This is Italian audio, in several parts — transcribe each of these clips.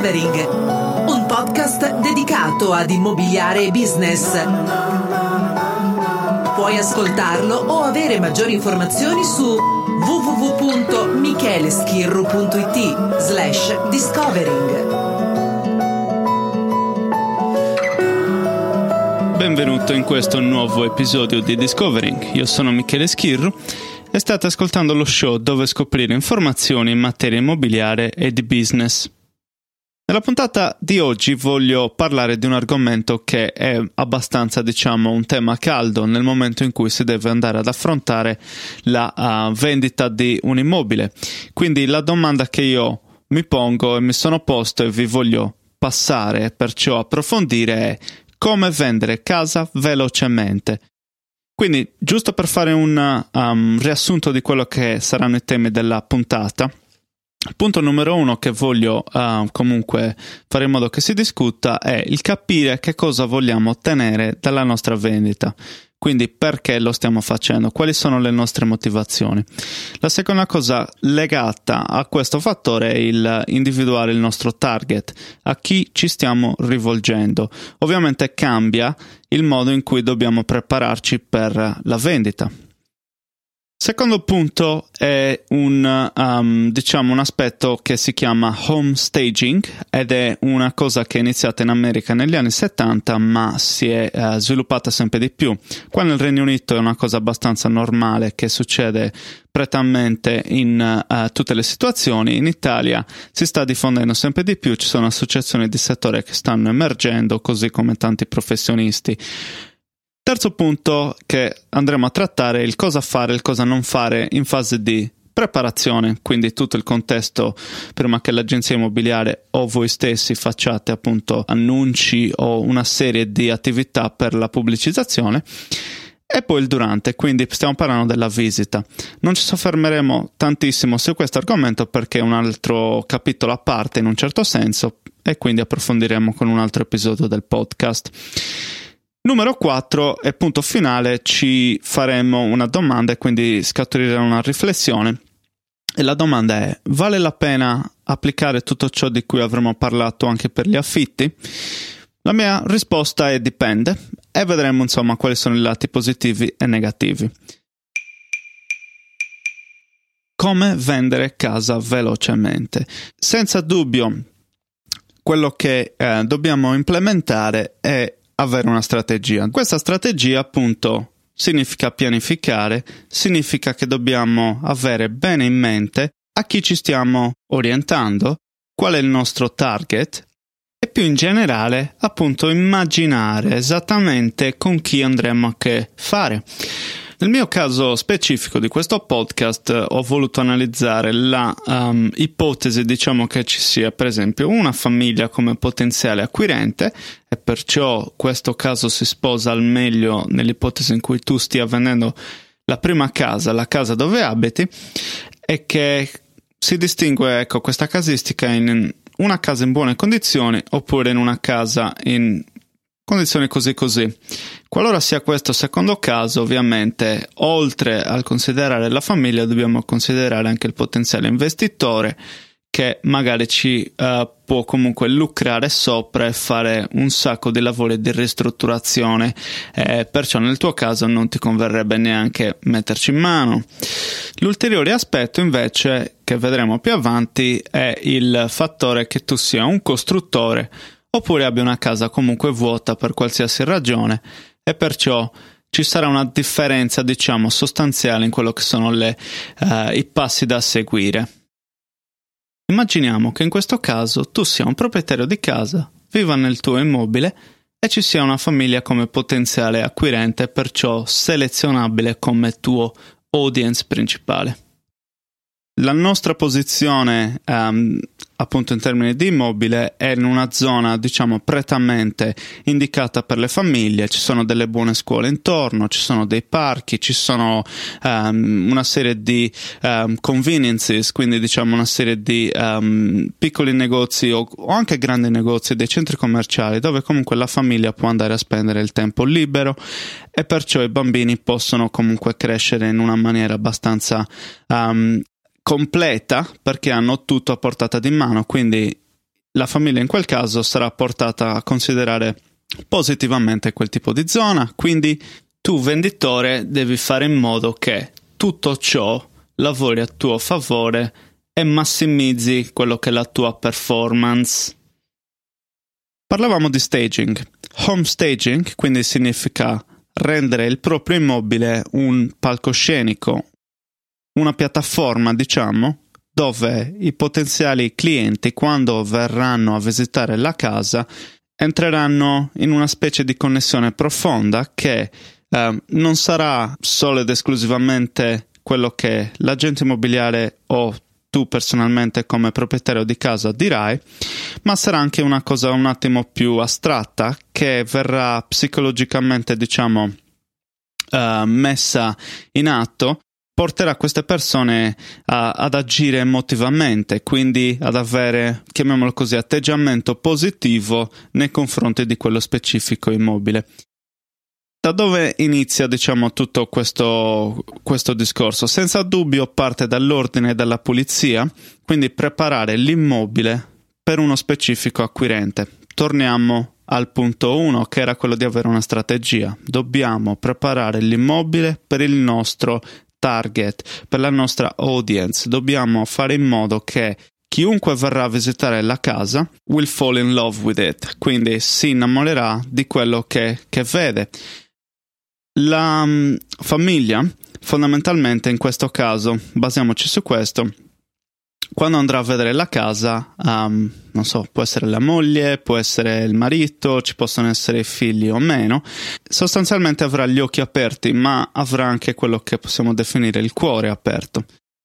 Discovering, un podcast dedicato ad immobiliare e business. Puoi ascoltarlo o avere maggiori informazioni su www.micheleschirru.it/discovering. Benvenuto in questo nuovo episodio di Discovering. Io sono Michele Schirru e state ascoltando lo show dove scoprire informazioni in materia immobiliare e di business. Nella puntata di oggi voglio parlare di un argomento che è abbastanza, un tema caldo nel momento in cui si deve andare ad affrontare la vendita di un immobile. Quindi la domanda che io mi pongo e mi sono posto e vi voglio passare e perciò approfondire è: come vendere casa velocemente? Quindi, giusto per fare un riassunto di quello che saranno i temi della puntata, il punto numero 1 che voglio comunque fare in modo che si discuta è il capire che cosa vogliamo ottenere dalla nostra vendita. Quindi perché lo stiamo facendo, quali sono le nostre motivazioni. La seconda cosa legata a questo fattore è il individuare il nostro target, a chi ci stiamo rivolgendo. Ovviamente cambia il modo in cui dobbiamo prepararci per la vendita. Secondo punto è un aspetto che si chiama home staging ed è una cosa che è iniziata in America negli anni 70 ma si è sviluppata sempre di più. Qua nel Regno Unito è una cosa abbastanza normale che succede prettamente in tutte le situazioni. In Italia si sta diffondendo sempre di più, ci sono associazioni di settore che stanno emergendo, così come tanti professionisti. Terzo punto che andremo a trattare è il cosa fare e il cosa non fare in fase di preparazione, quindi tutto il contesto prima che l'agenzia immobiliare o voi stessi facciate appunto annunci o una serie di attività per la pubblicizzazione. E poi il durante, quindi stiamo parlando della visita. Non ci soffermeremo tantissimo su questo argomento perché è un altro capitolo a parte in un certo senso e quindi approfondiremo con un altro episodio del podcast. Numero 4 e punto finale, ci faremo una domanda e quindi scaturirà una riflessione. E la domanda è: vale la pena applicare tutto ciò di cui avremo parlato anche per gli affitti? La mia risposta è dipende e vedremo quali sono i lati positivi e negativi. Come vendere casa velocemente? Senza dubbio, quello che dobbiamo implementare è avere una strategia. Questa strategia appunto significa pianificare, significa che dobbiamo avere bene in mente a chi ci stiamo orientando, qual è il nostro target e più in generale appunto immaginare esattamente con chi andremo a che fare. Nel mio caso specifico di questo podcast ho voluto analizzare la ipotesi che ci sia per esempio una famiglia come potenziale acquirente e perciò questo caso si sposa al meglio nell'ipotesi in cui tu stia vendendo la prima casa, la casa dove abiti, e che si distingue questa casistica in una casa in buone condizioni oppure in una casa in condizioni così. Qualora sia questo secondo caso, ovviamente, oltre al considerare la famiglia, dobbiamo considerare anche il potenziale investitore che magari ci può comunque lucrare sopra e fare un sacco di lavori di ristrutturazione, perciò nel tuo caso non ti converrebbe neanche metterci in mano. L'ulteriore aspetto invece che vedremo più avanti è il fattore che tu sia un costruttore oppure abbia una casa comunque vuota per qualsiasi ragione e perciò ci sarà una differenza sostanziale in quello che sono i passi da seguire. Immaginiamo che in questo caso tu sia un proprietario di casa, viva nel tuo immobile e ci sia una famiglia come potenziale acquirente, perciò selezionabile come tuo audience principale. La nostra posizione appunto in termini di immobile è in una zona prettamente indicata per le famiglie. Ci sono delle buone scuole intorno, ci sono dei parchi, ci sono una serie di conveniences, quindi una serie di piccoli negozi o anche grandi negozi, dei centri commerciali dove comunque la famiglia può andare a spendere il tempo libero e perciò i bambini possono comunque crescere in una maniera abbastanza completa perché hanno tutto a portata di mano, quindi la famiglia in quel caso sarà portata a considerare positivamente quel tipo di zona, quindi tu venditore devi fare in modo che tutto ciò lavori a tuo favore e massimizzi quello che è la tua performance. Parlavamo di staging. Home staging, quindi significa rendere il proprio immobile un palcoscenico, una piattaforma, diciamo, dove i potenziali clienti, quando verranno a visitare la casa, entreranno in una specie di connessione profonda che non sarà solo ed esclusivamente quello che l'agente immobiliare o tu personalmente come proprietario di casa dirai, ma sarà anche una cosa un attimo più astratta che verrà psicologicamente, diciamo, messa in atto, porterà queste persone ad agire emotivamente, quindi ad avere, chiamiamolo così, atteggiamento positivo nei confronti di quello specifico immobile. Da dove inizia, diciamo, tutto questo discorso? Senza dubbio parte dall'ordine e dalla pulizia, quindi preparare l'immobile per uno specifico acquirente. Torniamo al punto 1, che era quello di avere una strategia. Dobbiamo preparare l'immobile per il nostro target, per la nostra audience. Dobbiamo fare in modo che chiunque verrà a visitare la casa will fall in love with it, quindi si innamorerà di quello che vede. La famiglia, fondamentalmente in questo caso, basiamoci su questo, quando andrà a vedere la casa, non so, può essere la moglie, può essere il marito, ci possono essere i figli o meno, sostanzialmente avrà gli occhi aperti, ma avrà anche quello che possiamo definire il cuore aperto.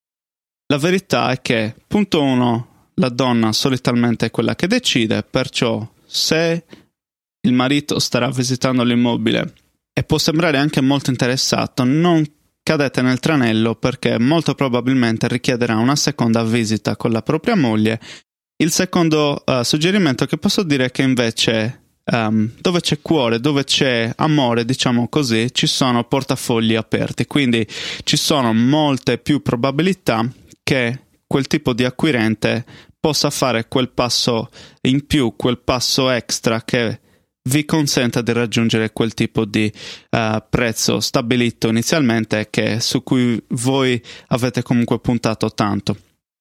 La verità è che, punto 1, la donna solitamente è quella che decide, perciò se il marito starà visitando l'immobile e può sembrare anche molto interessato, non cadete nel tranello perché molto probabilmente richiederà una seconda visita con la propria moglie. Il secondo suggerimento che posso dire è che invece dove c'è cuore, dove c'è amore, diciamo così, ci sono portafogli aperti, quindi ci sono molte più probabilità che quel tipo di acquirente possa fare quel passo in più, quel passo extra che vi consenta di raggiungere quel tipo di prezzo stabilito inizialmente, su cui voi avete comunque puntato tanto.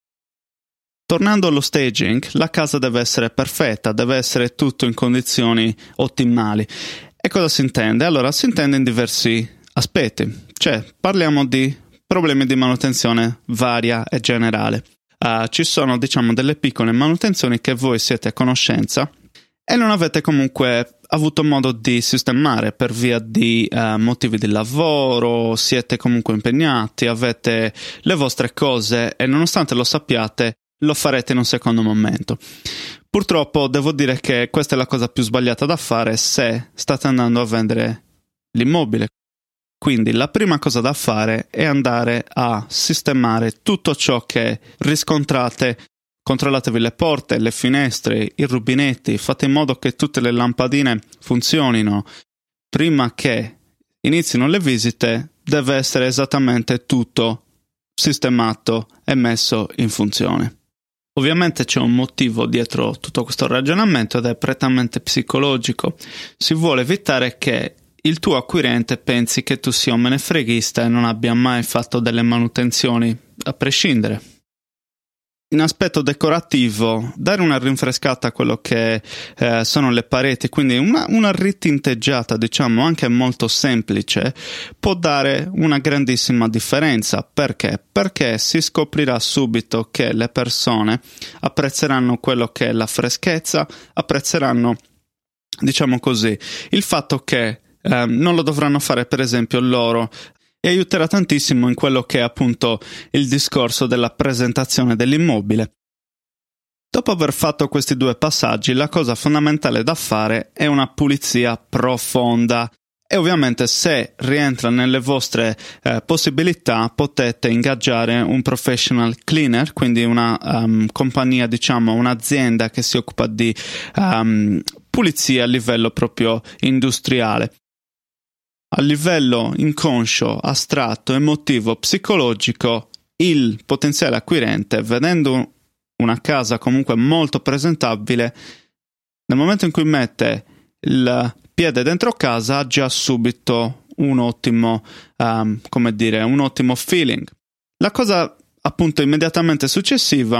Tornando allo staging, la casa deve essere perfetta, deve essere tutto in condizioni ottimali. E cosa si intende? Allora, si intende in diversi aspetti. Cioè, parliamo di problemi di manutenzione varia e generale. Ci sono, diciamo, delle piccole manutenzioni che voi siete a conoscenza e non avete comunque avuto modo di sistemare per via di motivi di lavoro, siete comunque impegnati, avete le vostre cose e nonostante lo sappiate lo farete in un secondo momento. Purtroppo devo dire che questa è la cosa più sbagliata da fare se state andando a vendere l'immobile. Quindi la prima cosa da fare è andare a sistemare tutto ciò che riscontrate. Controllatevi le porte, le finestre, i rubinetti, fate in modo che tutte le lampadine funzionino. Prima che inizino le visite deve essere esattamente tutto sistemato e messo in funzione. Ovviamente c'è un motivo dietro tutto questo ragionamento ed è prettamente psicologico. Si vuole evitare che il tuo acquirente pensi che tu sia un menefreghista e non abbia mai fatto delle manutenzioni a prescindere. In aspetto decorativo, dare una rinfrescata a quello che sono le pareti, quindi una ritinteggiata, diciamo, anche molto semplice, può dare una grandissima differenza. Perché? Perché si scoprirà subito che le persone apprezzeranno quello che è la freschezza, apprezzeranno, diciamo così, il fatto che non lo dovranno fare per esempio loro, e aiuterà tantissimo in quello che è appunto il discorso della presentazione dell'immobile. Dopo aver fatto questi due passaggi, la cosa fondamentale da fare è una pulizia profonda e ovviamente se rientra nelle vostre possibilità potete ingaggiare un professional cleaner, quindi una compagnia, diciamo un'azienda che si occupa di pulizia a livello proprio industriale. A livello inconscio, astratto, emotivo, psicologico, il potenziale acquirente, vedendo una casa comunque molto presentabile, nel momento in cui mette il piede dentro casa ha già subito un ottimo feeling. La cosa appunto immediatamente successiva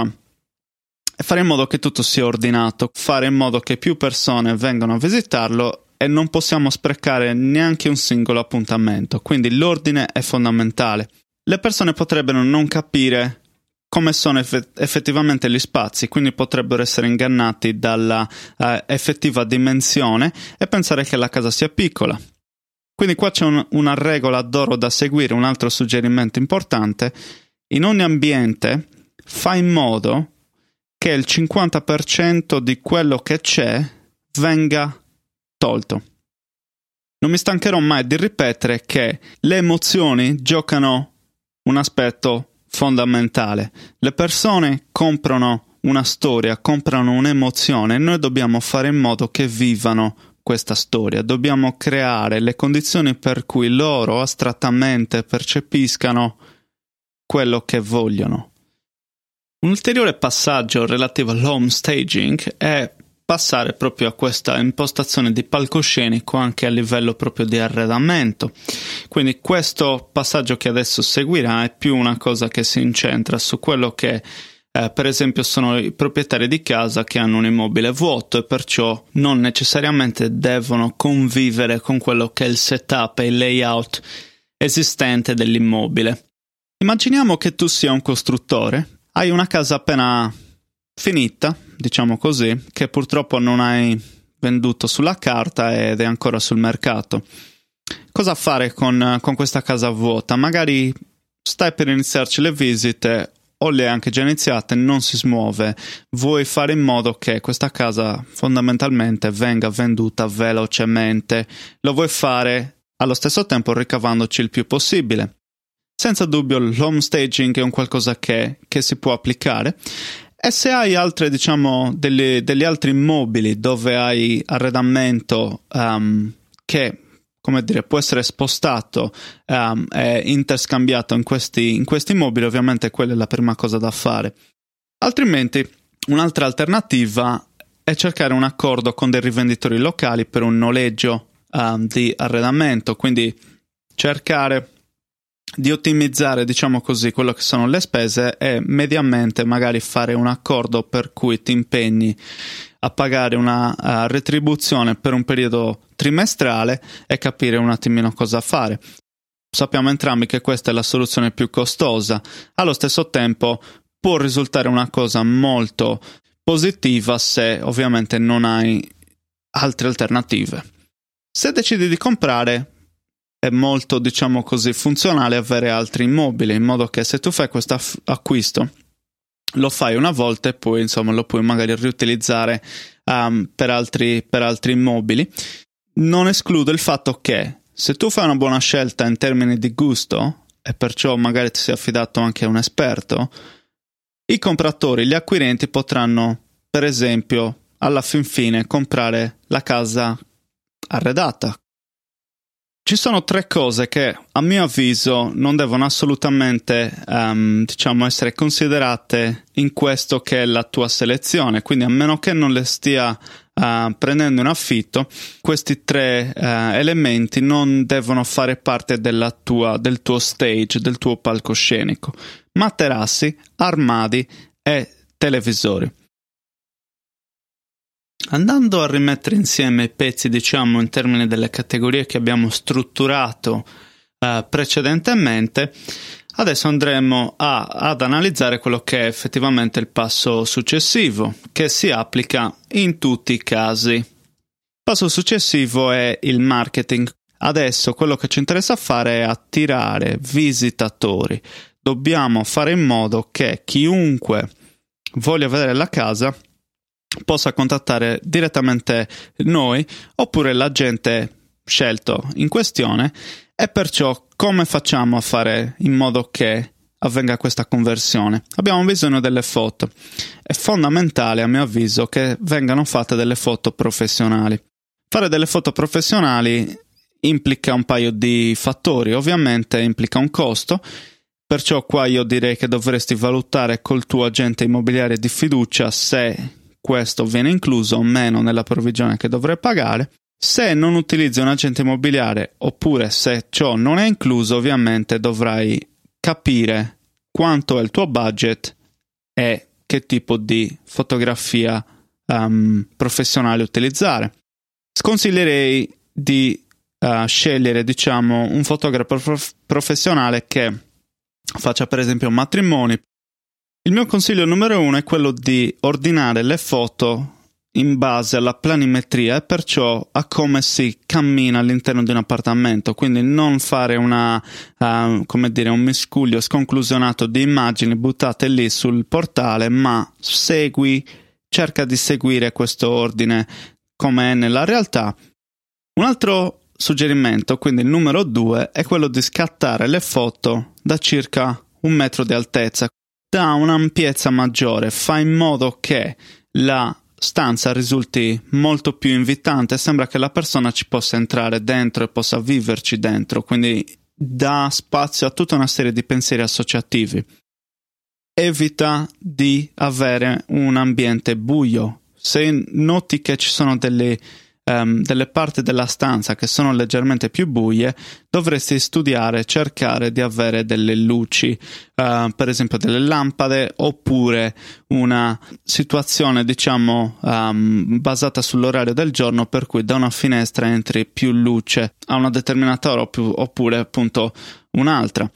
è fare in modo che tutto sia ordinato, fare in modo che più persone vengano a visitarlo e non possiamo sprecare neanche un singolo appuntamento, quindi l'ordine è fondamentale. Le persone potrebbero non capire come sono effettivamente gli spazi, quindi potrebbero essere ingannati dalla effettiva dimensione e pensare che la casa sia piccola. Quindi qua c'è una regola d'oro da seguire, un altro suggerimento importante: in ogni ambiente fai in modo che il 50% di quello che c'è venga tolto. Non mi stancherò mai di ripetere che le emozioni giocano un aspetto fondamentale. Le persone comprano una storia, comprano un'emozione e noi dobbiamo fare in modo che vivano questa storia. Dobbiamo creare le condizioni per cui loro astrattamente percepiscano quello che vogliono. Un ulteriore passaggio relativo all'home staging è passare proprio a questa impostazione di palcoscenico anche a livello proprio di arredamento. Quindi questo passaggio che adesso seguirà è più una cosa che si incentra su quello che per esempio sono i proprietari di casa che hanno un immobile vuoto e perciò non necessariamente devono convivere con quello che è il setup e il layout esistente dell'immobile. Immaginiamo che tu sia un costruttore, hai una casa appena finita, diciamo così, che purtroppo non hai venduto sulla carta ed è ancora sul mercato. Cosa fare con questa casa vuota? Magari stai per iniziarci le visite o le hai anche già iniziate, non si smuove. Vuoi fare in modo che questa casa fondamentalmente venga venduta velocemente. Lo vuoi fare allo stesso tempo ricavandoci il più possibile. Senza dubbio l'home staging è un qualcosa che si può applicare. E se hai altre, diciamo, degli altri immobili dove hai arredamento che, come dire, può essere spostato e interscambiato in questi immobili, ovviamente quella è la prima cosa da fare. Altrimenti, un'altra alternativa è cercare un accordo con dei rivenditori locali per un noleggio di arredamento, quindi cercare di ottimizzare, diciamo così, quello che sono le spese e mediamente magari fare un accordo per cui ti impegni a pagare una retribuzione per un periodo trimestrale e capire un attimino cosa fare. Sappiamo entrambi che questa è la soluzione più costosa, allo stesso tempo può risultare una cosa molto positiva se ovviamente non hai altre alternative. Se decidi di comprare, è molto, diciamo così, funzionale avere altri immobili, in modo che se tu fai questo acquisto lo fai una volta e poi insomma lo puoi magari riutilizzare per altri immobili. Non escludo il fatto che se tu fai una buona scelta in termini di gusto e perciò magari ti sei affidato anche a un esperto, i compratori, gli acquirenti potranno per esempio alla fin fine comprare la casa arredata. Ci sono 3 cose che a mio avviso non devono assolutamente essere considerate in questo che è la tua selezione, quindi a meno che non le stia prendendo in affitto, questi 3 elementi non devono fare parte del tuo stage, del tuo palcoscenico: materassi, armadi e televisori. Andando a rimettere insieme i pezzi, diciamo, in termini delle categorie che abbiamo strutturato precedentemente, adesso andremo ad analizzare quello che è effettivamente il passo successivo, che si applica in tutti i casi. Il passo successivo è il marketing. Adesso quello che ci interessa fare è attirare visitatori. Dobbiamo fare in modo che chiunque voglia vedere la casa possa contattare direttamente noi oppure l'agente scelto in questione, e perciò come facciamo a fare in modo che avvenga questa conversione? Abbiamo bisogno delle foto. È fondamentale, a mio avviso, che vengano fatte delle foto professionali. Fare delle foto professionali implica un paio di fattori. Ovviamente implica un costo, Perciò qua io direi che dovresti valutare col tuo agente immobiliare di fiducia se questo viene incluso o meno nella provvigione che dovrai pagare. Se non utilizzi un agente immobiliare oppure se ciò non è incluso, ovviamente dovrai capire quanto è il tuo budget e che tipo di fotografia professionale utilizzare. Sconsiglierei di scegliere, diciamo, un fotografo professionale che faccia per esempio matrimoni. Il mio consiglio numero 1 è quello di ordinare le foto in base alla planimetria e perciò a come si cammina all'interno di un appartamento, quindi non fare un miscuglio sconclusionato di immagini buttate lì sul portale, ma cerca di seguire questo ordine come è nella realtà. Un altro suggerimento, quindi il numero 2, è quello di scattare le foto da circa 1 metro di altezza, da un'ampiezza maggiore, fa in modo che la stanza risulti molto più invitante, sembra che la persona ci possa entrare dentro e possa viverci dentro, quindi dà spazio a tutta una serie di pensieri associativi. Evita di avere un ambiente buio. Se noti che ci sono delle parti della stanza che sono leggermente più buie, dovresti cercare di avere delle luci, per esempio delle lampade, oppure una situazione, diciamo, basata sull'orario del giorno, per cui da una finestra entri più luce a una determinata ora oppure appunto un'altra.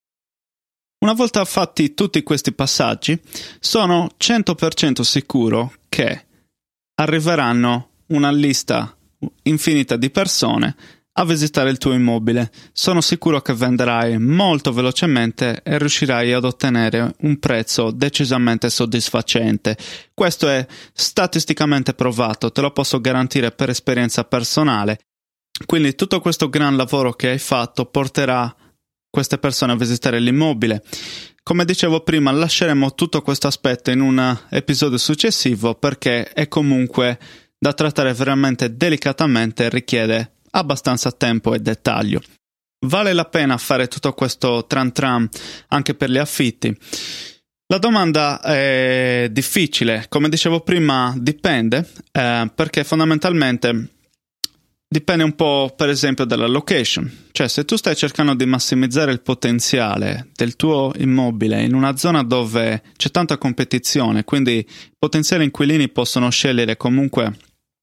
Una volta fatti tutti questi passaggi, sono 100% sicuro che arriveranno una lista infinita di persone a visitare il tuo immobile. Sono sicuro che venderai molto velocemente e riuscirai ad ottenere un prezzo decisamente soddisfacente. Questo è statisticamente provato, te lo posso garantire per esperienza personale. Quindi tutto questo gran lavoro che hai fatto porterà queste persone a visitare l'immobile. Come dicevo prima, lasceremo tutto questo aspetto in un episodio successivo perché è comunque da trattare veramente delicatamente e richiede abbastanza tempo e dettaglio. Vale la pena fare tutto questo tran anche per gli affitti? La domanda è difficile, come dicevo prima dipende, perché fondamentalmente dipende un po' per esempio dalla location, cioè se tu stai cercando di massimizzare il potenziale del tuo immobile in una zona dove c'è tanta competizione, quindi potenziali inquilini possono scegliere comunque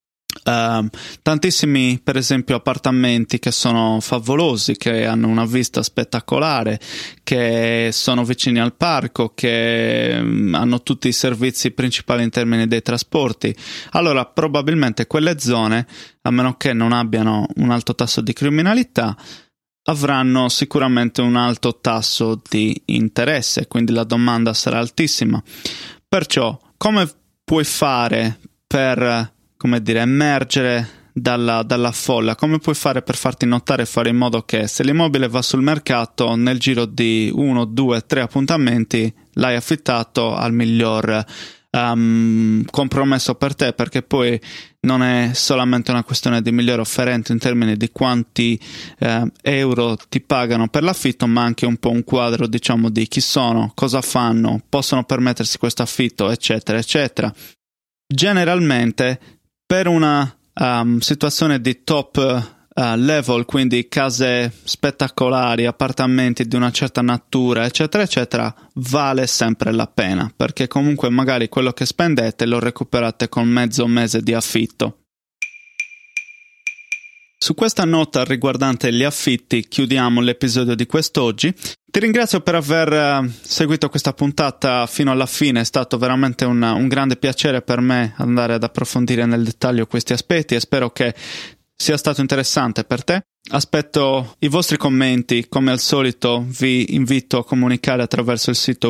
tantissimi per esempio appartamenti che sono favolosi, che hanno una vista spettacolare, che sono vicini al parco, che hanno tutti i servizi principali in termini dei trasporti, allora probabilmente quelle zone, a meno che non abbiano un alto tasso di criminalità, avranno sicuramente un alto tasso di interesse, quindi la domanda sarà altissima. Perciò come puoi fare per emergere dalla folla? Come puoi fare per farti notare e fare in modo che se l'immobile va sul mercato nel giro di 1, 2, 3 appuntamenti l'hai affittato al miglior compromesso per te, perché poi non è solamente una questione di miglior offerente in termini di quanti euro ti pagano per l'affitto, ma anche un po' un quadro, diciamo, di chi sono, cosa fanno, possono permettersi questo affitto, eccetera eccetera. Generalmente per una situazione di top level, quindi case spettacolari, appartamenti di una certa natura, eccetera eccetera, vale sempre la pena, perché comunque magari quello che spendete lo recuperate con mezzo mese di affitto. Su questa nota riguardante gli affitti chiudiamo l'episodio di quest'oggi. Ti ringrazio per aver seguito questa puntata fino alla fine, è stato veramente un grande piacere per me andare ad approfondire nel dettaglio questi aspetti e spero che sia stato interessante per te. Aspetto i vostri commenti, come al solito vi invito a comunicare attraverso il sito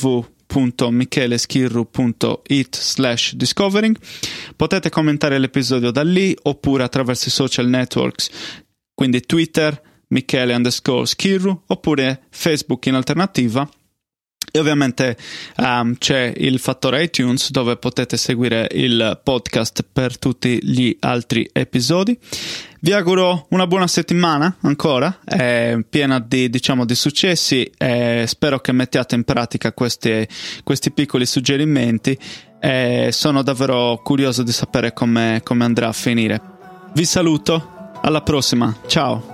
www.micheleschirru.it/discovering. Potete commentare l'episodio da lì oppure attraverso i social networks, quindi Twitter Michele_Schirru oppure Facebook in alternativa. E ovviamente c'è il fattore iTunes dove potete seguire il podcast per tutti gli altri episodi. Vi auguro una buona settimana ancora, piena di successi, e spero che mettiate in pratica questi piccoli suggerimenti. Sono davvero curioso di sapere come andrà a finire. Vi saluto, alla prossima, ciao!